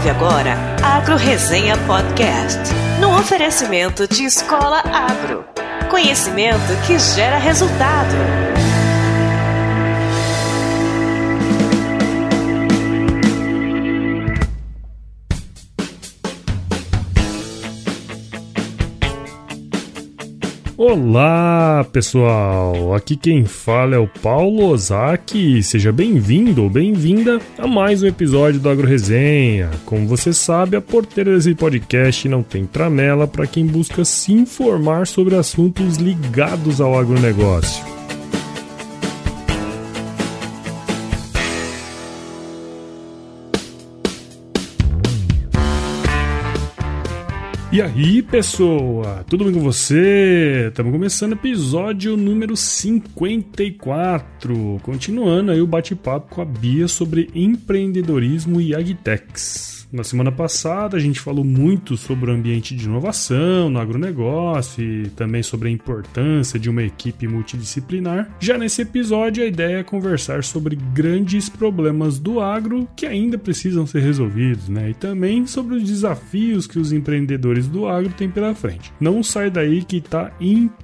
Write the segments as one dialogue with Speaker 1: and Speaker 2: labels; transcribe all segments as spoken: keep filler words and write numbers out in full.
Speaker 1: ouve agora Agro Resenha Podcast, no oferecimento de Escola Agro. Conhecimento que gera resultado.
Speaker 2: Olá pessoal, aqui quem fala é o Paulo Ozaki, seja bem-vindo ou bem-vinda a mais um episódio do Agro Resenha. Como você sabe, a porteira desse podcast não tem tramela para quem busca se informar sobre assuntos ligados ao agronegócio. E aí, pessoa, tudo bem com você? Estamos começando o episódio número cinquenta e quatro, continuando aí o bate-papo com a Bia sobre empreendedorismo e agtechs. Na semana passada a gente falou muito sobre o ambiente de inovação no agronegócio e também sobre a importância de uma equipe multidisciplinar. Já nesse episódio a ideia é conversar sobre grandes problemas do agro que ainda precisam ser resolvidos, né? E também sobre os desafios que os empreendedores do agro têm pela frente. Não sai daí que tá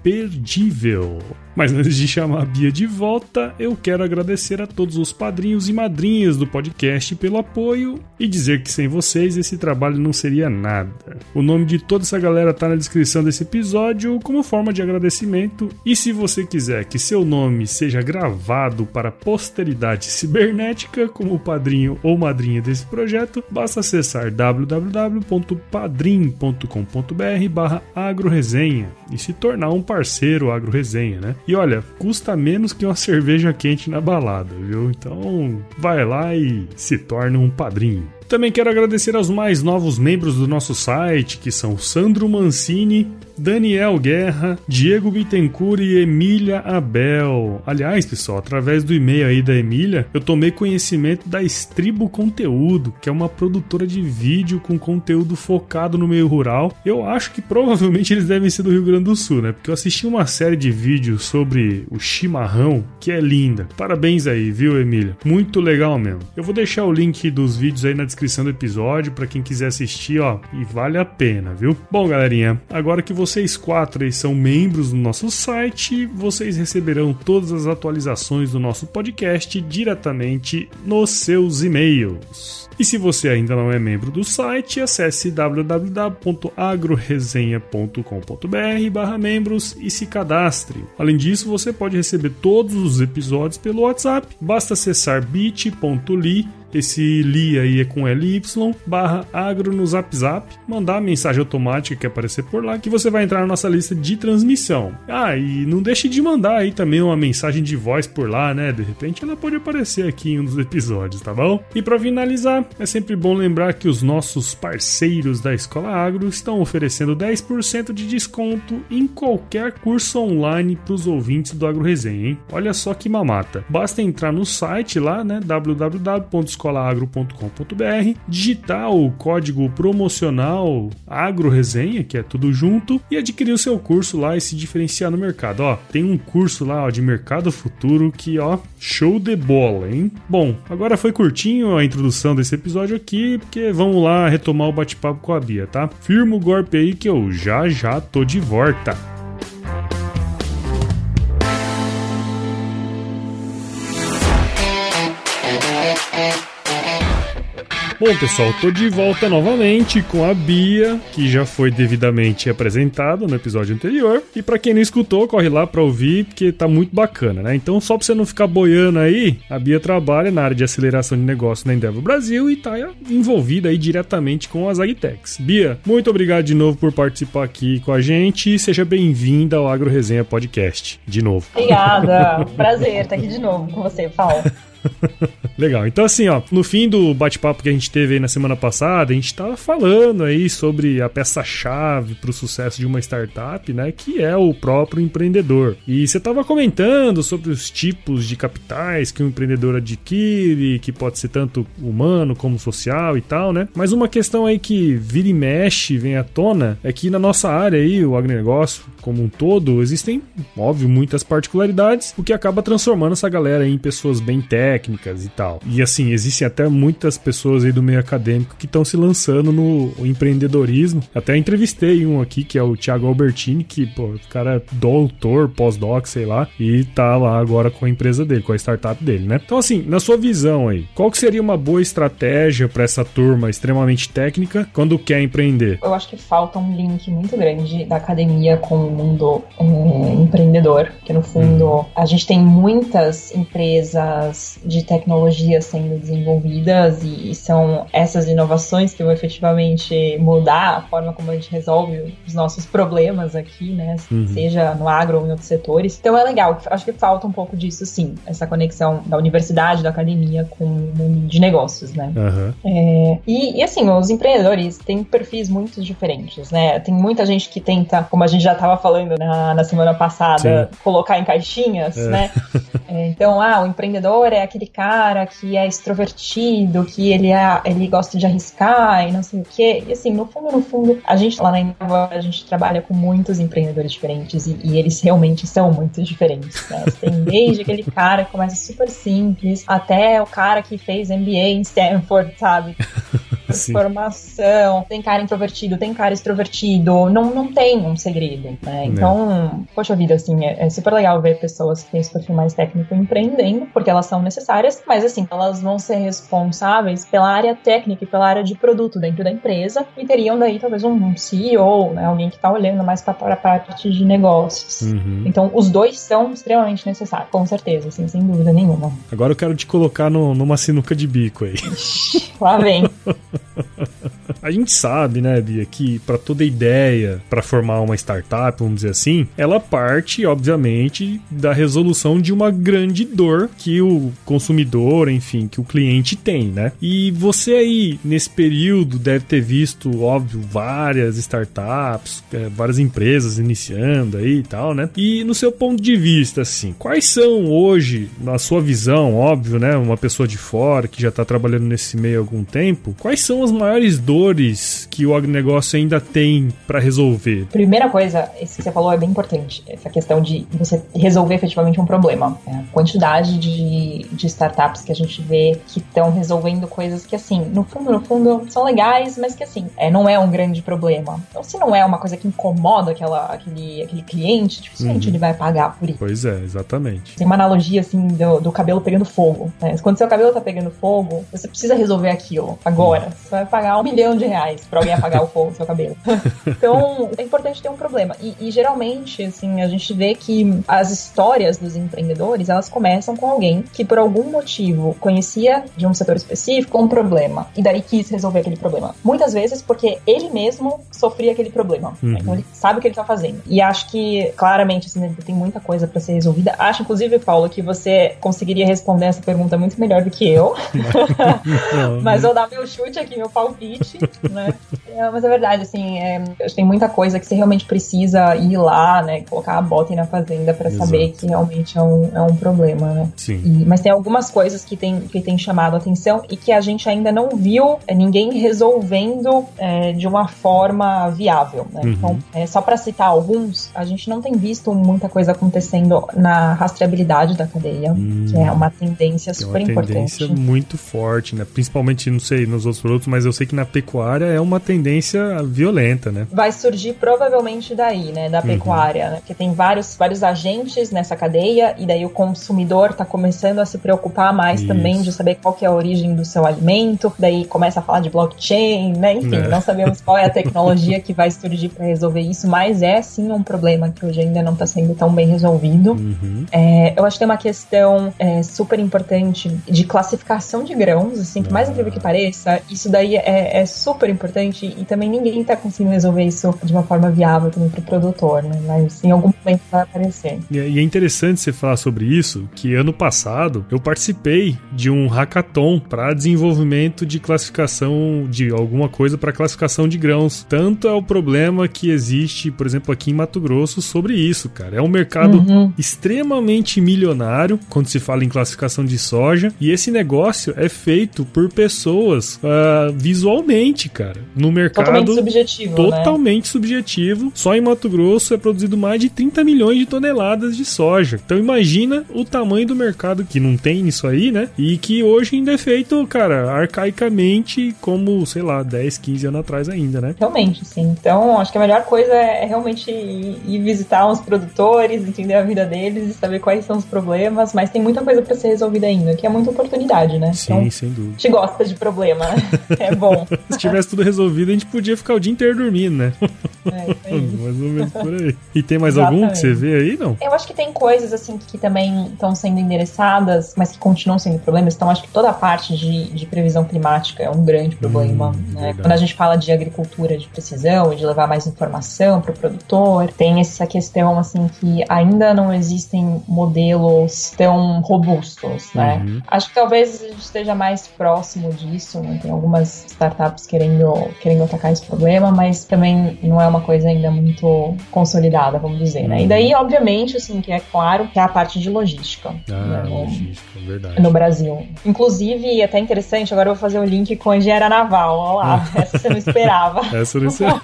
Speaker 2: imperdível! Mas antes de chamar a Bia de volta, eu quero agradecer a todos os padrinhos e madrinhas do podcast pelo apoio e dizer que sem vocês esse trabalho não seria nada. O nome de toda essa galera tá na descrição desse episódio como forma de agradecimento, e se você quiser que seu nome seja gravado para a posteridade cibernética como padrinho ou madrinha desse projeto, basta acessar w w w ponto padrim ponto com ponto b r barra agroresenha e se tornar um parceiro agroresenha, né? E olha, custa menos que uma cerveja quente na balada, viu? Então vai lá e se torne um padrinho. Também quero agradecer aos mais novos membros do nosso site, que são Sandro Mancini, Daniel Guerra, Diego Bittencourt e Emília Abel. Aliás, pessoal, através do e-mail aí da Emília, eu tomei conhecimento da Estribo Conteúdo, que é uma produtora de vídeo com conteúdo focado no meio rural. Eu acho que provavelmente eles devem ser do Rio Grande do Sul, né? Porque eu assisti uma série de vídeos sobre o chimarrão, que é linda. Parabéns aí, viu, Emília? Muito legal mesmo. Eu vou deixar o link dos vídeos aí na descrição do episódio para quem quiser assistir, ó, e vale a pena, viu? Bom, galerinha, agora que vocês quatro aí são membros do nosso site, vocês receberão todas as atualizações do nosso podcast diretamente nos seus e-mails. E se você ainda não é membro do site, acesse w w w ponto agroresenha ponto com ponto b r barra membros e se cadastre. Além disso, você pode receber todos os episódios pelo WhatsApp. Basta acessar bit ponto l y, esse li aí é com L Y, barra agro no Zap Zap, mandar a mensagem automática que aparecer por lá, que você vai entrar na nossa lista de transmissão. Ah, e não deixe de mandar aí também uma mensagem de voz por lá, né? De repente ela pode aparecer aqui em um dos episódios, tá bom? E para finalizar, é sempre bom lembrar que os nossos parceiros da Escola Agro estão oferecendo dez por cento de desconto em qualquer curso online para os ouvintes do Agro Resenha, hein? Olha só que mamata. Basta entrar no site lá, né? w w w ponto escola agro ponto com ponto b r, digitar o código promocional Agro Resenha, que é tudo junto, e adquirir o seu curso lá e se diferenciar no mercado. Ó, tem um curso lá, ó, de mercado futuro que, ó, show de bola, hein? Bom, agora foi curtinho a introdução desse episódio aqui, porque vamos lá retomar o bate-papo com a Bia, tá? Firma o golpe aí que eu já já tô de volta. Bom, pessoal, tô de volta novamente com a Bia, que já foi devidamente apresentada no episódio anterior. E pra quem não escutou, corre lá pra ouvir, porque tá muito bacana, né? Então, só pra você não ficar boiando aí, a Bia trabalha na área de aceleração de negócio na Endeavor Brasil e tá envolvida aí diretamente com as agtechs. Bia, muito obrigado de novo por participar aqui com a gente e seja bem-vinda ao Agro Resenha Podcast, de novo.
Speaker 3: Obrigada, prazer estar aqui de novo com você, Paulo.
Speaker 2: Legal, então assim, ó, no fim do bate-papo que a gente teve aí na semana passada, a gente tava falando aí sobre a peça-chave pro sucesso de uma startup, né, que é o próprio empreendedor. E você tava comentando sobre os tipos de capitais que um empreendedor adquire, que pode ser tanto humano como social e tal, né? Mas uma questão aí que vira e mexe, vem à tona, é que na nossa área aí, o agronegócio como um todo, existem, óbvio, muitas particularidades, o que acaba transformando essa galera aí em pessoas bem técnicas, técnicas e tal. E assim, existem até muitas pessoas aí do meio acadêmico que estão se lançando no empreendedorismo. Até entrevistei um aqui, que é o Thiago Albertini, que, pô, o cara é doutor, pós-doc, sei lá, e tá lá agora com a empresa dele, com a startup dele, né? Então, assim, na sua visão aí, qual que seria uma boa estratégia para essa turma extremamente técnica quando quer empreender?
Speaker 3: Eu acho que falta um link muito grande da academia com o mundo é, empreendedor, que no fundo uhum. a gente tem muitas empresas de tecnologia sendo desenvolvidas e, e são essas inovações que vão efetivamente mudar a forma como a gente resolve os nossos problemas aqui, né? Uhum. Seja no agro ou em outros setores. Então é legal, acho que falta um pouco disso sim, essa conexão da universidade, da academia com o mundo de negócios, né? Uhum. É, e, e assim, os empreendedores têm perfis muito diferentes, né? Tem muita gente que tenta, como a gente já estava falando na, na semana passada, sim. colocar em caixinhas, é. né? É, então, ah, o empreendedor é aquele cara que é extrovertido, que ele, é, ele gosta de arriscar e não sei o quê. E assim, no fundo, no fundo, a gente lá na Inova, a gente trabalha com muitos empreendedores diferentes e, e eles realmente são muito diferentes, né? Tem desde aquele cara que começa super simples até o cara que fez M B A em Stanford, sabe? Formação, tem cara introvertido, tem cara extrovertido, não, não tem um segredo, né? Então, é. poxa vida, assim, é, é super legal ver pessoas que têm esse perfil mais técnico empreendendo, porque elas são necessárias, mas assim, elas vão ser responsáveis pela área técnica e pela área de produto dentro da empresa e teriam daí talvez um C E O, né? Alguém que tá olhando mais para a parte de negócios. Uhum. Então, os dois são extremamente necessários, com certeza, assim, sem dúvida nenhuma.
Speaker 2: Agora eu quero te colocar no, numa sinuca de bico aí.
Speaker 3: Lá vem.
Speaker 2: A gente sabe, né, Bia, que para toda ideia, para formar uma startup, vamos dizer assim, ela parte, obviamente, da resolução de uma grande dor que o consumidor, enfim, que o cliente tem, né? E você aí, nesse período, deve ter visto, óbvio, várias startups, várias empresas iniciando aí e tal, né? E no seu ponto de vista, assim, quais são hoje, na sua visão, óbvio, né, uma pessoa de fora que já tá trabalhando nesse meio há algum tempo, quais são as maiores dores que o agronegócio ainda tem para resolver?
Speaker 3: Primeira coisa, isso que você falou é bem importante, essa questão de você resolver efetivamente um problema. A quantidade de, de startups que a gente vê que estão resolvendo coisas que, assim, no fundo, no fundo, são legais, mas que, assim, é, não é um grande problema. Então, se não é uma coisa que incomoda aquela, aquele, aquele cliente, dificilmente uhum. ele vai pagar por isso.
Speaker 2: Pois é, exatamente.
Speaker 3: Tem uma analogia, assim, do, do cabelo pegando fogo, né? Quando seu cabelo tá pegando fogo, você precisa resolver aquilo agora. Uhum. Você vai pagar um milhão de reais pra alguém apagar o fogo do seu cabelo. Então, é importante ter um problema. E, e, geralmente, assim, a gente vê que as histórias dos empreendedores, elas começam com alguém que, por algum motivo, conhecia de um setor específico um problema. E daí quis resolver aquele problema. Muitas vezes porque ele mesmo sofria aquele problema. Uhum. Né? Então, ele sabe o que ele tá fazendo. E acho que, claramente, assim, tem muita coisa pra ser resolvida. Acho, inclusive, Paulo, que você conseguiria responder essa pergunta muito melhor do que eu. Não, mas eu dar meu chute aqui, meu palpite, né? É, mas é verdade, assim, é, acho que tem muita coisa que você realmente precisa ir lá, né? Colocar a bota aí na fazenda pra Exato. Saber que realmente é um, é um problema, né?
Speaker 2: Sim.
Speaker 3: E, mas tem algumas coisas que tem, que tem chamado a atenção e que a gente ainda não viu é, ninguém resolvendo é, de uma forma viável, né? Uhum. Então, é, só pra citar alguns, a gente não tem visto muita coisa acontecendo na rastreabilidade da cadeia, hum. que é uma tendência super importante. É uma tendência
Speaker 2: importante. Muito forte, né? Principalmente, não sei, nos outros produtos, mas eu sei que na pecuária é uma tendência violenta, né?
Speaker 3: Vai surgir provavelmente daí, né, da pecuária, uhum. né? Porque tem vários, vários agentes nessa cadeia e daí o consumidor tá começando a se preocupar mais Isso. também de saber qual que é a origem do seu alimento, daí começa a falar de blockchain, né? Enfim, é. não sabemos qual é a tecnologia que vai surgir para resolver isso, mas é sim um problema que hoje ainda não tá sendo tão bem resolvido. Uhum. É, eu acho que tem uma questão é, super importante de classificação de grãos, assim, por mais incrível que pareça, isso daí é, é super importante e também ninguém tá conseguindo resolver isso de uma forma viável também pro produtor, né? Mas em algum momento vai aparecer.
Speaker 2: E é interessante você falar sobre isso, que ano passado eu participei de um hackathon para desenvolvimento de classificação de alguma coisa para classificação de grãos. Tanto é o problema que existe, por exemplo, aqui em Mato Grosso sobre isso, cara. É um mercado uhum. extremamente milionário quando se fala em classificação de soja e esse negócio é feito por pessoas uh, uh, visualmente, cara. No mercado...
Speaker 3: Totalmente subjetivo,
Speaker 2: Totalmente
Speaker 3: né?
Speaker 2: subjetivo. Só em Mato Grosso é produzido mais de trinta milhões de toneladas de soja. Então imagina o tamanho do mercado que não tem nisso aí, né? E que hoje ainda é feito, cara, arcaicamente como, sei lá, dez, quinze anos atrás ainda, né?
Speaker 3: Realmente, sim. Então, acho que a melhor coisa é realmente ir, ir visitar uns produtores, entender a vida deles e saber quais são os problemas, mas tem muita coisa pra ser resolvida ainda, que é muita oportunidade, né?
Speaker 2: Sim,
Speaker 3: então,
Speaker 2: sem dúvida.
Speaker 3: A gente gosta de problema, né? É bom.
Speaker 2: Se tivesse tudo resolvido, a gente podia ficar o dia inteiro dormindo, né?
Speaker 3: É, isso aí.
Speaker 2: Mais ou menos por aí. E tem mais
Speaker 3: Exatamente.
Speaker 2: algum que você vê aí, não?
Speaker 3: Eu acho que tem coisas, assim, que também estão sendo endereçadas, mas que continuam sendo problemas. Então, acho que toda a parte de, de previsão climática é um grande problema,
Speaker 2: hum,
Speaker 3: né? Quando a gente fala de agricultura de precisão, de levar mais informação para o produtor, tem essa questão, assim, que ainda não existem modelos tão robustos, né?
Speaker 2: Uhum.
Speaker 3: Acho que talvez a gente esteja mais próximo disso, né? Tem algumas startups querendo, querendo atacar esse problema, mas também não é uma coisa ainda muito consolidada, vamos dizer, né?
Speaker 2: Uhum.
Speaker 3: E daí, obviamente, assim, que é claro que é a parte de logística.
Speaker 2: Ah,
Speaker 3: né?
Speaker 2: logística, verdade.
Speaker 3: No Brasil. Inclusive, até interessante, agora eu vou fazer o link com a engenharia naval, olha lá, essa você não esperava.
Speaker 2: Essa eu não esperava.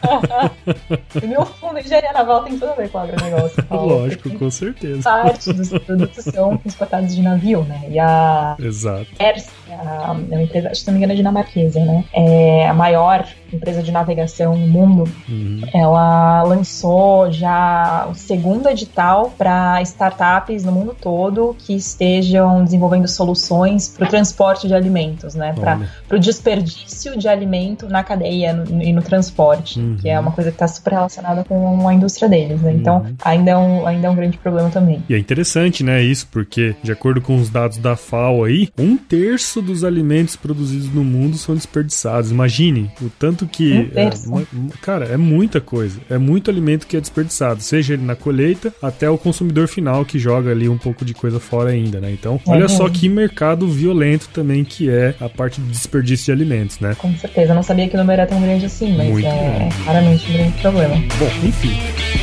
Speaker 3: E no fundo, a engenharia naval tem tudo a ver com o agronegócio. Paulo.
Speaker 2: Lógico, com certeza.
Speaker 3: Parte dos produtos são transportados de navio, né? E a
Speaker 2: Exato.
Speaker 3: Ersk, a, uma empresa, acho que se não me engano é dinamarquesa, né? É a maior empresa de navegação no mundo.
Speaker 2: Uhum.
Speaker 3: Ela lançou já o segundo edital para startups no mundo todo que estejam desenvolvendo soluções para o transporte de alimentos, né? Para o desperdício de alimento na cadeia no, e no transporte,
Speaker 2: uhum.
Speaker 3: que é uma coisa que está super relacionada com a indústria deles, né? Então,
Speaker 2: uhum.
Speaker 3: ainda é, um, ainda é um grande problema também.
Speaker 2: E é interessante, né, isso, porque, de acordo com os dados da F A O aí, um terço dos alimentos produzidos no mundo são desperdiçados. Imagine o tanto que...
Speaker 3: Um terço.
Speaker 2: É, cara, é muita coisa. É muito alimento que é desperdiçado, seja ele na colheita, até o consumidor final que joga ali um pouco de coisa fora ainda, né? Então, olha
Speaker 3: uhum.
Speaker 2: só que mercado violento também que é a parte de desperdício de alimentos, né?
Speaker 3: Com certeza. Eu não sabia que o número era tão grande assim, mas
Speaker 2: muito
Speaker 3: é,
Speaker 2: grande.
Speaker 3: é claramente um grande problema.
Speaker 2: Bom, enfim.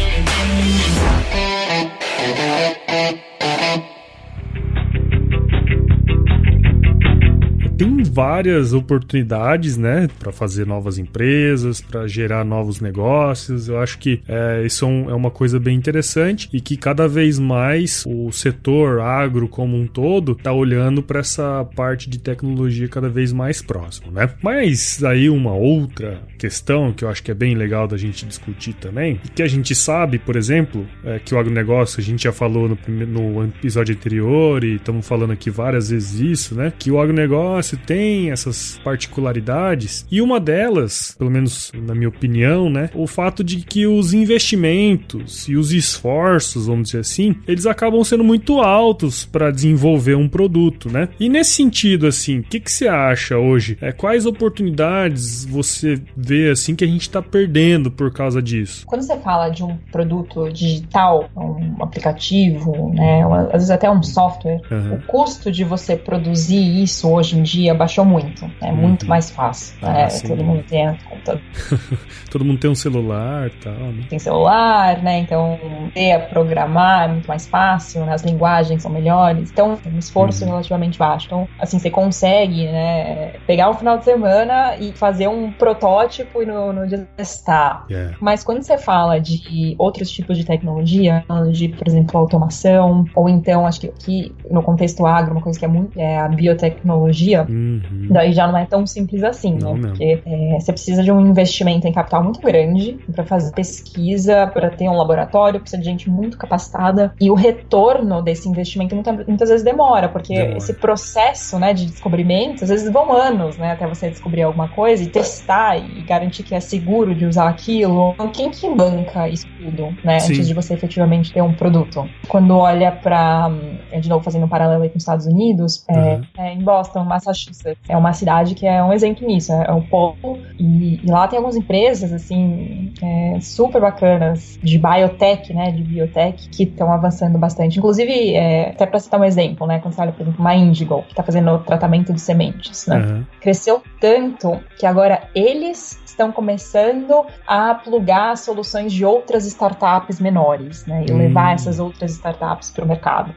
Speaker 2: Tem várias oportunidades, né, para fazer novas empresas, para gerar novos negócios. Eu acho que é, isso é uma coisa bem interessante e que cada vez mais o setor agro como um todo está olhando para essa parte de tecnologia cada vez mais próximo, né? Mas aí uma outra questão que eu acho que é bem legal da gente discutir também, que a gente sabe, por exemplo, é que o agronegócio, a gente já falou no, primeiro, no episódio anterior e estamos falando aqui várias vezes isso, né, que o agronegócio tem essas particularidades e uma delas, pelo menos na minha opinião, né, o fato de que os investimentos e os esforços, vamos dizer assim, eles acabam sendo muito altos para desenvolver um produto, né? E nesse sentido, assim, o que que você acha hoje? É, quais oportunidades você vê, assim, que a gente está perdendo por causa disso?
Speaker 3: Quando você fala de um produto digital, um aplicativo, né, ou às vezes até um software, uhum. o custo de você produzir isso hoje em dia baixou muito. É uhum. muito mais fácil.
Speaker 2: Ah,
Speaker 3: né?
Speaker 2: sim.
Speaker 3: Todo mundo tem computador.
Speaker 2: Todo mundo tem um celular e tal, né?
Speaker 3: Tem celular, né? Então, ter a programar é muito mais fácil, né? As linguagens são melhores. Então, é um esforço uhum. relativamente baixo. Então, assim, você consegue, né, pegar um final de semana e fazer um protótipo e no, no dia testar. Yeah. Mas quando você fala de outros tipos de tecnologia, de, por exemplo, automação, ou então, acho que aqui, no contexto agro, uma coisa que é muito é a biotecnologia, uhum. daí já não é tão simples assim, não, né? Não. Porque é, você precisa de um investimento em capital muito grande para fazer pesquisa, para ter um laboratório, precisa de gente muito capacitada, e o retorno desse investimento muita, muitas vezes demora, porque demora. Esse processo, né, de descobrimento, às vezes vão anos, né, até você descobrir alguma coisa e testar e garantir que é seguro de usar aquilo. Então, quem que banca isso tudo, né, Sim. antes de você efetivamente ter um produto? Quando olha para, de novo fazendo um paralelo aí com os Estados Unidos, uhum. é, é em Boston, Massachusetts, é uma cidade que é um exemplo nisso, é o polo, e, e lá tem algumas empresas, assim, é, super bacanas, de biotech, né, de biotech, que estão avançando bastante. Inclusive, é, até para citar um exemplo, né, quando você olha, por exemplo, uma Indigo, que está fazendo tratamento de sementes, né, uhum. cresceu tanto que agora eles estão começando a plugar soluções de outras startups menores, né, e hum. levar essas outras startups para o mercado. É, eles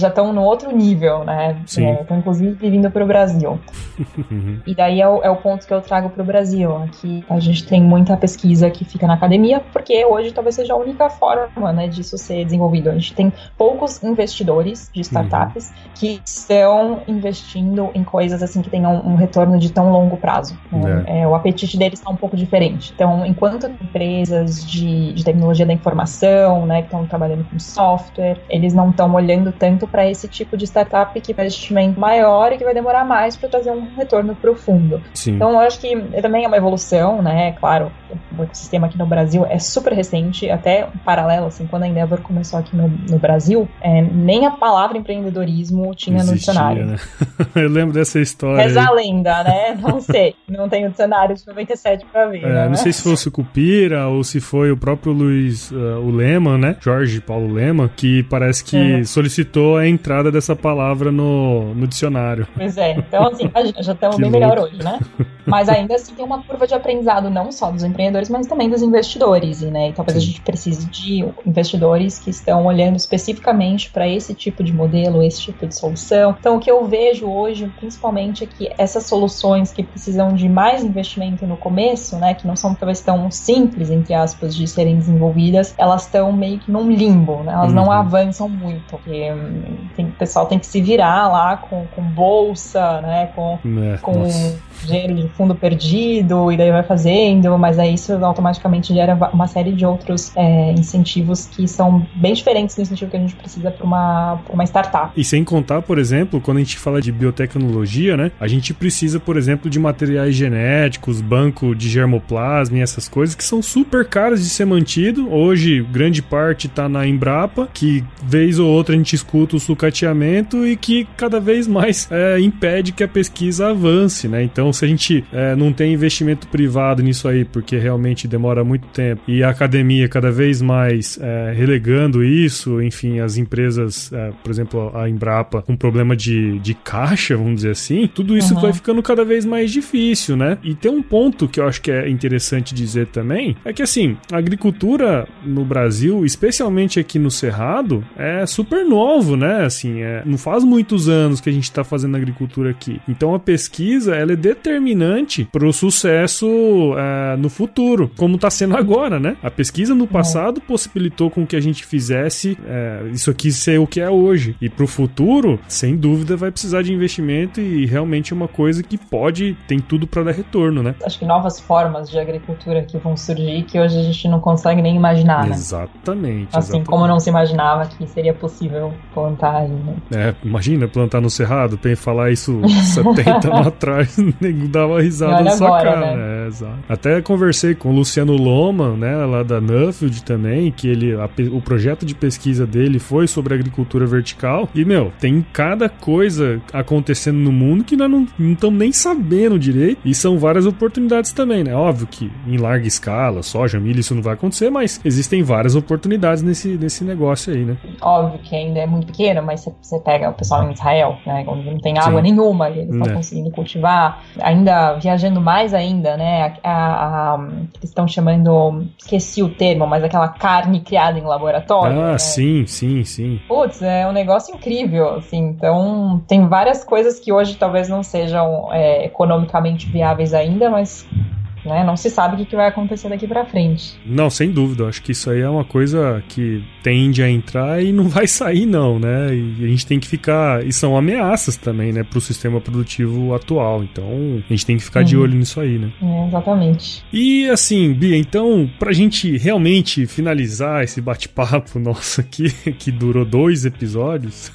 Speaker 3: já estão no outro nível, né? Estão, é, inclusive, vindo para o Brasil. Uhum. E daí é o, é o ponto que eu trago para o Brasil. Aqui a gente tem muita pesquisa que fica na academia, porque hoje talvez seja a única forma, né, disso ser desenvolvido. A gente tem poucos investidores de startups uhum. que estão investindo em coisas assim que tenham um retorno de tão longo prazo. Né? É. É, o apetite deles está um pouco diferente. Então, enquanto empresas de, de tecnologia da informação, né, que estão trabalhando com software, eles não estão olhando tanto para esse tipo de startup que vai investimento maior e que vai demorar mais para trazer um retorno profundo. Sim. Então, eu acho que também é uma evolução, né? Claro, o ecossistema aqui no Brasil é super recente, até um paralelo, assim, quando a Endeavor começou aqui no, no Brasil, é, nem a palavra empreendedorismo tinha Existia, no dicionário.
Speaker 2: Né? Eu lembro dessa história.
Speaker 3: Reza a lenda, né? Não sei. Não tem o dicionário de noventa e sete pra ver.
Speaker 2: É,
Speaker 3: né?
Speaker 2: Não sei se fosse o Cupira ou se foi o próprio Luiz, uh, o Lehmann, né? Jorge Paulo Lehmann, que parece que uhum. solicitou a entrada dessa palavra no, no dicionário.
Speaker 3: Pois é. Então, assim, já estamos bem louco. Melhor hoje, né? Mas ainda assim tem uma curva de aprendizado não só dos empreendedores, mas também dos investidores, né? E talvez Sim. a gente precise de investidores que estão olhando especificamente para esse tipo de modelo, esse tipo de solução. Então, o que eu vejo hoje, principalmente, é que essas soluções que precisam de mais investimento no começo, né, que não são talvez tão simples, entre aspas, de serem desenvolvidas, elas estão meio que num limbo, né? Elas uhum. não avançam muito, porque tem, o pessoal tem que se virar lá com, com bolsa, né, com, é, com dinheiro de fundo perdido, e daí vai fazendo, mas aí isso automaticamente gera uma série de outros é, incentivos que são bem diferentes do incentivo que a gente precisa para uma, pra uma startup.
Speaker 2: E sem contar, por exemplo, quando a gente fala de biotecnologia, né, a gente precisa, por exemplo, de materiais genéticos, banco de germoplasma e essas coisas que são super caras de ser mantido. Hoje, grande parte está na Embrapa, que vez ou outra a gente escuta o sucateamento e que cada vez mais é, impede que a pesquisa avance, né? Então, se a gente é, não tem investimento privado nisso aí, porque realmente demora muito tempo, e a academia cada vez mais é, relegando isso, enfim, as empresas, é, por exemplo, a Embrapa, com problema de, de caixa, vamos dizer assim, tudo isso uhum. vai ficando cada vez mais difícil, né? E tem um ponto que eu acho que é interessante dizer também, é que assim, a agricultura no Brasil, especialmente aqui no Cerrado, é super novo, né? Assim, é, não faz muitos anos que a gente está fazendo agricultura aqui. Então a pesquisa, ela é determinante para o sucesso é, no futuro, como está sendo agora, né? A pesquisa no passado é. possibilitou com que a gente fizesse é, isso aqui ser o que é hoje. E para o futuro, sem dúvida, vai precisar de investimento e realmente é uma coisa que pode, tem tudo para dar retorno, né?
Speaker 3: Acho que novas formas de agricultura que vão surgir que hoje a gente não consegue nem imaginar, né?
Speaker 2: Exatamente.
Speaker 3: Assim,
Speaker 2: exatamente.
Speaker 3: Como não se imaginava que seria possível plantar aí, né?
Speaker 2: É, imagina plantar no Cerrado, tem que falar isso setenta anos atrás, nem dava risada na sua agora, cara. Né? É, exato. Até conversei com o Luciano Loma, né, lá da Nuffield também, que ele, a, o projeto de pesquisa dele foi sobre agricultura vertical, e, meu, tem cada coisa acontecendo no mundo que nós não estamos nem sabendo direito, e são várias oportunidades também, né? Óbvio que em larga escala, soja, milho, isso não vai acontecer, mas existem várias oportunidades nesse, nesse negócio aí, né?
Speaker 3: Óbvio que ainda é muito pequeno, mas você pega o pessoal em Israel, né, onde não tem água Sim. nenhuma, e eles estão é. conseguindo cultivar, ainda viajando mais ainda, né, a, a, a, eles estão chamando, esqueci o termo, mas aquela carne criada em laboratório.
Speaker 2: Ah,
Speaker 3: né?
Speaker 2: sim, sim, sim.
Speaker 3: Putz, é um negócio incrível, assim, então tem várias coisas que hoje talvez não sejam é, economicamente viáveis ainda, mas... Né? Não se sabe o que, que vai acontecer daqui pra frente.
Speaker 2: Não, sem dúvida. Acho que isso aí é uma coisa que tende a entrar e não vai sair, não, né? E a gente tem que ficar... E são ameaças também, né? Pro sistema produtivo atual. Então, a gente tem que ficar uhum. de olho nisso aí, né?
Speaker 3: É, exatamente.
Speaker 2: E, assim, Bia, então, pra gente realmente finalizar esse bate-papo nosso aqui, que durou dois episódios,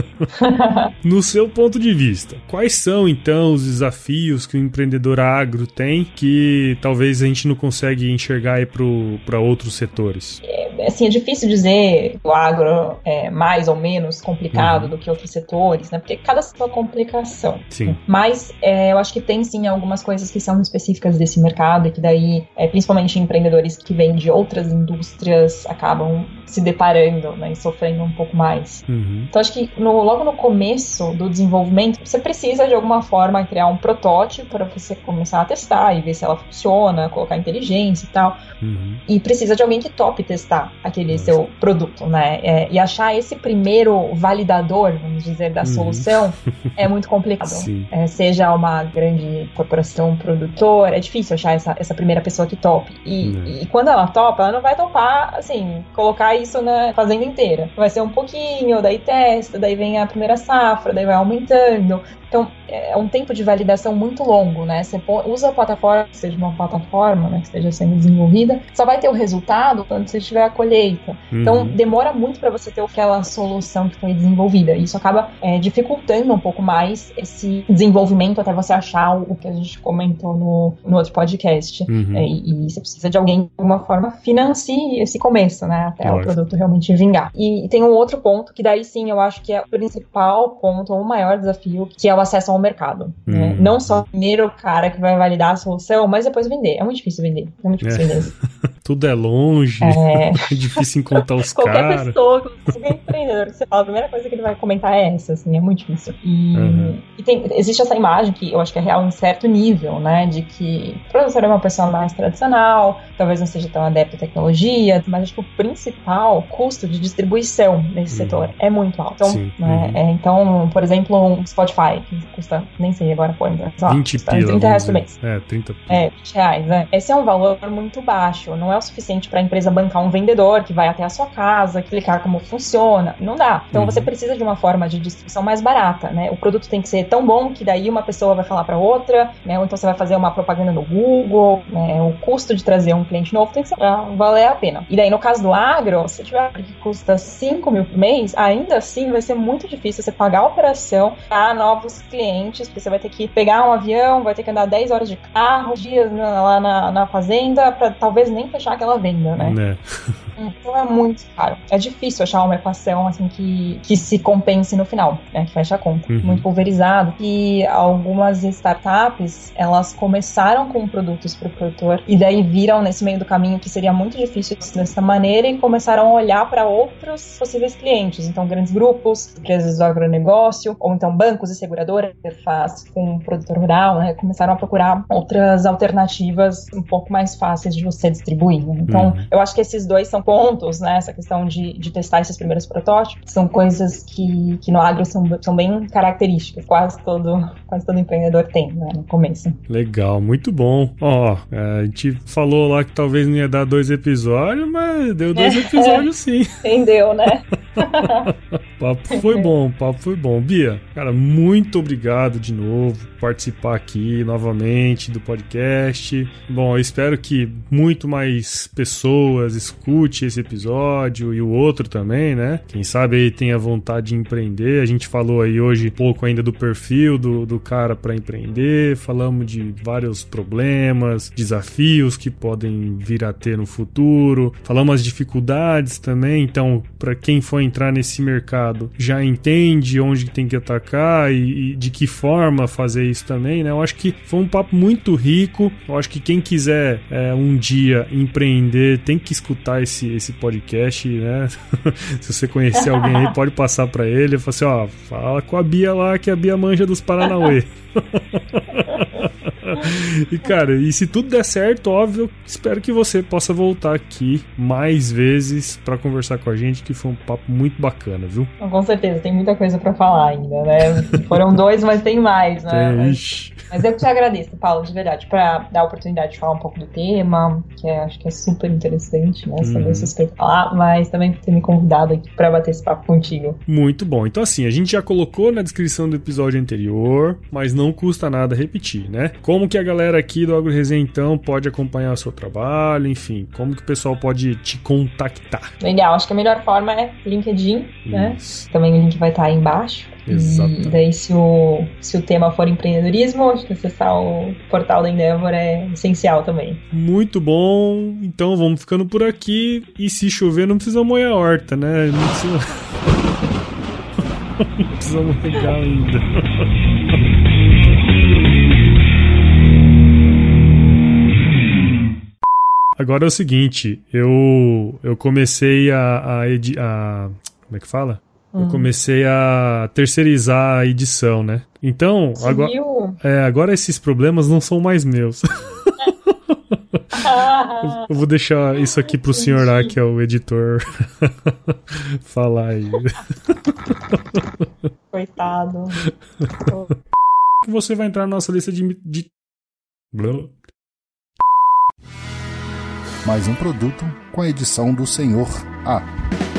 Speaker 2: no seu ponto de vista, quais são, então, os desafios que o empreendedor agro tem que talvez a gente não consegue enxergar aí para outros setores?
Speaker 3: É, assim, é difícil dizer que o agro é mais ou menos complicado uhum. do que outros setores, né? Porque cada sua complicação.
Speaker 2: Sim.
Speaker 3: Mas é, eu acho que tem sim algumas coisas que são específicas desse mercado e que daí, é, principalmente empreendedores que vêm de outras indústrias, acabam se deparando, né, e sofrendo um pouco mais.
Speaker 2: Uhum.
Speaker 3: Então acho que no, logo no começo do desenvolvimento, você precisa de alguma forma criar um protótipo para você começar a testar e ver se ela funciona, colocar inteligência e tal.
Speaker 2: Uhum.
Speaker 3: E precisa de alguém que tope testar aquele Nossa. seu produto, né? É, e achar esse primeiro validador, vamos dizer, da uhum. solução é muito complicado. É, seja uma grande corporação produtora, é difícil achar essa, essa primeira pessoa que tope. E, uhum. e quando ela topa, ela não vai topar, assim, colocar isso na fazenda inteira. Vai ser um pouquinho, daí testa, daí vem a primeira safra, daí vai aumentando. Então, é um tempo de validação muito longo, né? Você usa a plataforma, seja uma plataforma, né, que esteja sendo desenvolvida, só vai ter o resultado quando você tiver a colheita. Uhum. Então, demora muito para você ter aquela solução que foi desenvolvida. E isso acaba é, dificultando um pouco mais esse desenvolvimento até você achar o que a gente comentou no, no outro podcast. Uhum. É, e, e você precisa de alguém que, de alguma forma, financie esse começo, né? Até Lógico. o produto realmente vingar. E, e tem um outro ponto que daí sim, eu acho que é o principal ponto, ou o maior desafio, que é o acesso ao mercado. Hum. Né? Não só o primeiro cara que vai validar a solução, mas depois vender. É muito difícil vender. É muito difícil
Speaker 2: é.
Speaker 3: vender.
Speaker 2: Tudo é longe, é, é difícil encontrar os caras.
Speaker 3: Qualquer cara. pessoa, qualquer empreendedor que você fala, a primeira coisa que ele vai comentar é essa, assim, é muito difícil. E, uhum. e tem, existe essa imagem que eu acho que é real em certo nível, né, de que o produtor é uma pessoa mais tradicional, talvez não seja tão adepto à tecnologia, mas acho que o principal custo de distribuição nesse uhum. setor é muito alto. Então, né, uhum. é, então, por exemplo, um Spotify, que custa, nem sei agora quanto,
Speaker 2: vinte pila,
Speaker 3: trinta reais por mês.
Speaker 2: É, trinta pila.
Speaker 3: É, vinte reais, né? Esse é um valor muito baixo, não é o suficiente para a empresa bancar um vendedor que vai até a sua casa, explicar como funciona. Não dá. Então, uhum. você precisa de uma forma de distribuição mais barata, né? O produto tem que ser tão bom que daí uma pessoa vai falar para outra, né? Ou então você vai fazer uma propaganda no Google, né? O custo de trazer um cliente novo tem que ser pra valer a pena. E daí, no caso do agro, se tiver que custa cinco mil por mês, ainda assim vai ser muito difícil você pagar a operação para novos clientes, porque você vai ter que pegar um avião, vai ter que andar dez horas de carro, dias na, lá na, na fazenda, para talvez nem fechar aquela venda, né? né? Então é muito caro. É difícil achar uma equação assim que, que se compense no final, né? Que fecha a conta. Uhum. Muito pulverizado. E algumas startups, elas começaram com produtos para o produtor e daí viram nesse meio do caminho que seria muito difícil dessa maneira e começaram a olhar para outros possíveis clientes. Então, grandes grupos, empresas do agronegócio, ou então bancos e seguradoras que faz com o produtor rural, né? Começaram a procurar outras alternativas um pouco mais fáceis de você distribuir. Né? Então, uhum. eu acho que esses dois são pontos, né? Essa questão de, de testar esses primeiros protótipos, são coisas que, que no agro são, são bem características. Quase todo, quase todo empreendedor tem, né? No começo.
Speaker 2: Legal, muito bom. Ó, a gente falou lá que talvez não ia dar dois episódios, mas deu dois é, episódios sim.
Speaker 3: Entendeu, né?
Speaker 2: O papo foi bom, o papo foi bom. Bia, cara, muito obrigado de novo por participar aqui novamente do podcast. Bom, eu espero que muito mais pessoas escute esse episódio e o outro também, né? Quem sabe aí tenha vontade de empreender. A gente falou aí hoje um pouco ainda do perfil do, do cara para empreender, falamos de vários problemas, desafios que podem vir a ter no futuro, falamos as dificuldades também. Então, para quem for entrar nesse mercado, já entende onde tem que atacar e, e de que forma fazer isso também, né? Eu acho que foi um papo muito rico. Eu acho que quem quiser é, um dia empreender tem que escutar esse, esse podcast, né? Se você conhecer alguém aí, pode passar para ele e falar assim, ó, fala com a Bia lá, que a Bia manja dos Paranauê. E cara, e se tudo der certo, óbvio, espero que você possa voltar aqui mais vezes pra conversar com a gente, que foi um papo muito bacana, viu?
Speaker 3: Com certeza, tem muita coisa pra falar ainda, né? Foram dois, mas tem mais, né? Mas, mas eu te agradeço, Paulo, de verdade, pra dar a oportunidade de falar um pouco do tema, que é, acho que é super interessante, né? Sou meio suspeito de falar, mas também por ter me convidado aqui pra bater esse papo contigo.
Speaker 2: Muito bom. Então assim, a gente já colocou na descrição do episódio anterior, mas não custa nada repetir, né? Como que a galera aqui do AgroResenha, então, pode acompanhar o seu trabalho, enfim, como que o pessoal pode te contactar?
Speaker 3: Legal, acho que a melhor forma é LinkedIn, né? Isso. Também o link vai estar aí embaixo. Exato. E daí, se o, se o tema for empreendedorismo, acho que acessar o portal da Endeavor é essencial também.
Speaker 2: Muito bom. Então, vamos ficando por aqui. E se chover, não precisa molhar a horta, né? Não precisa... não precisa molhar ainda. Agora é o seguinte, eu, eu comecei a, a, edi- a... Como é que fala? Hum. Eu comecei a terceirizar a edição, né? Então, agora, é, agora esses problemas não são mais meus. Eu vou deixar isso aqui pro senhor lá, que é o editor, falar aí.
Speaker 3: Coitado.
Speaker 2: Você vai entrar na nossa lista de... de...
Speaker 4: Mais um produto com a edição do senhor A.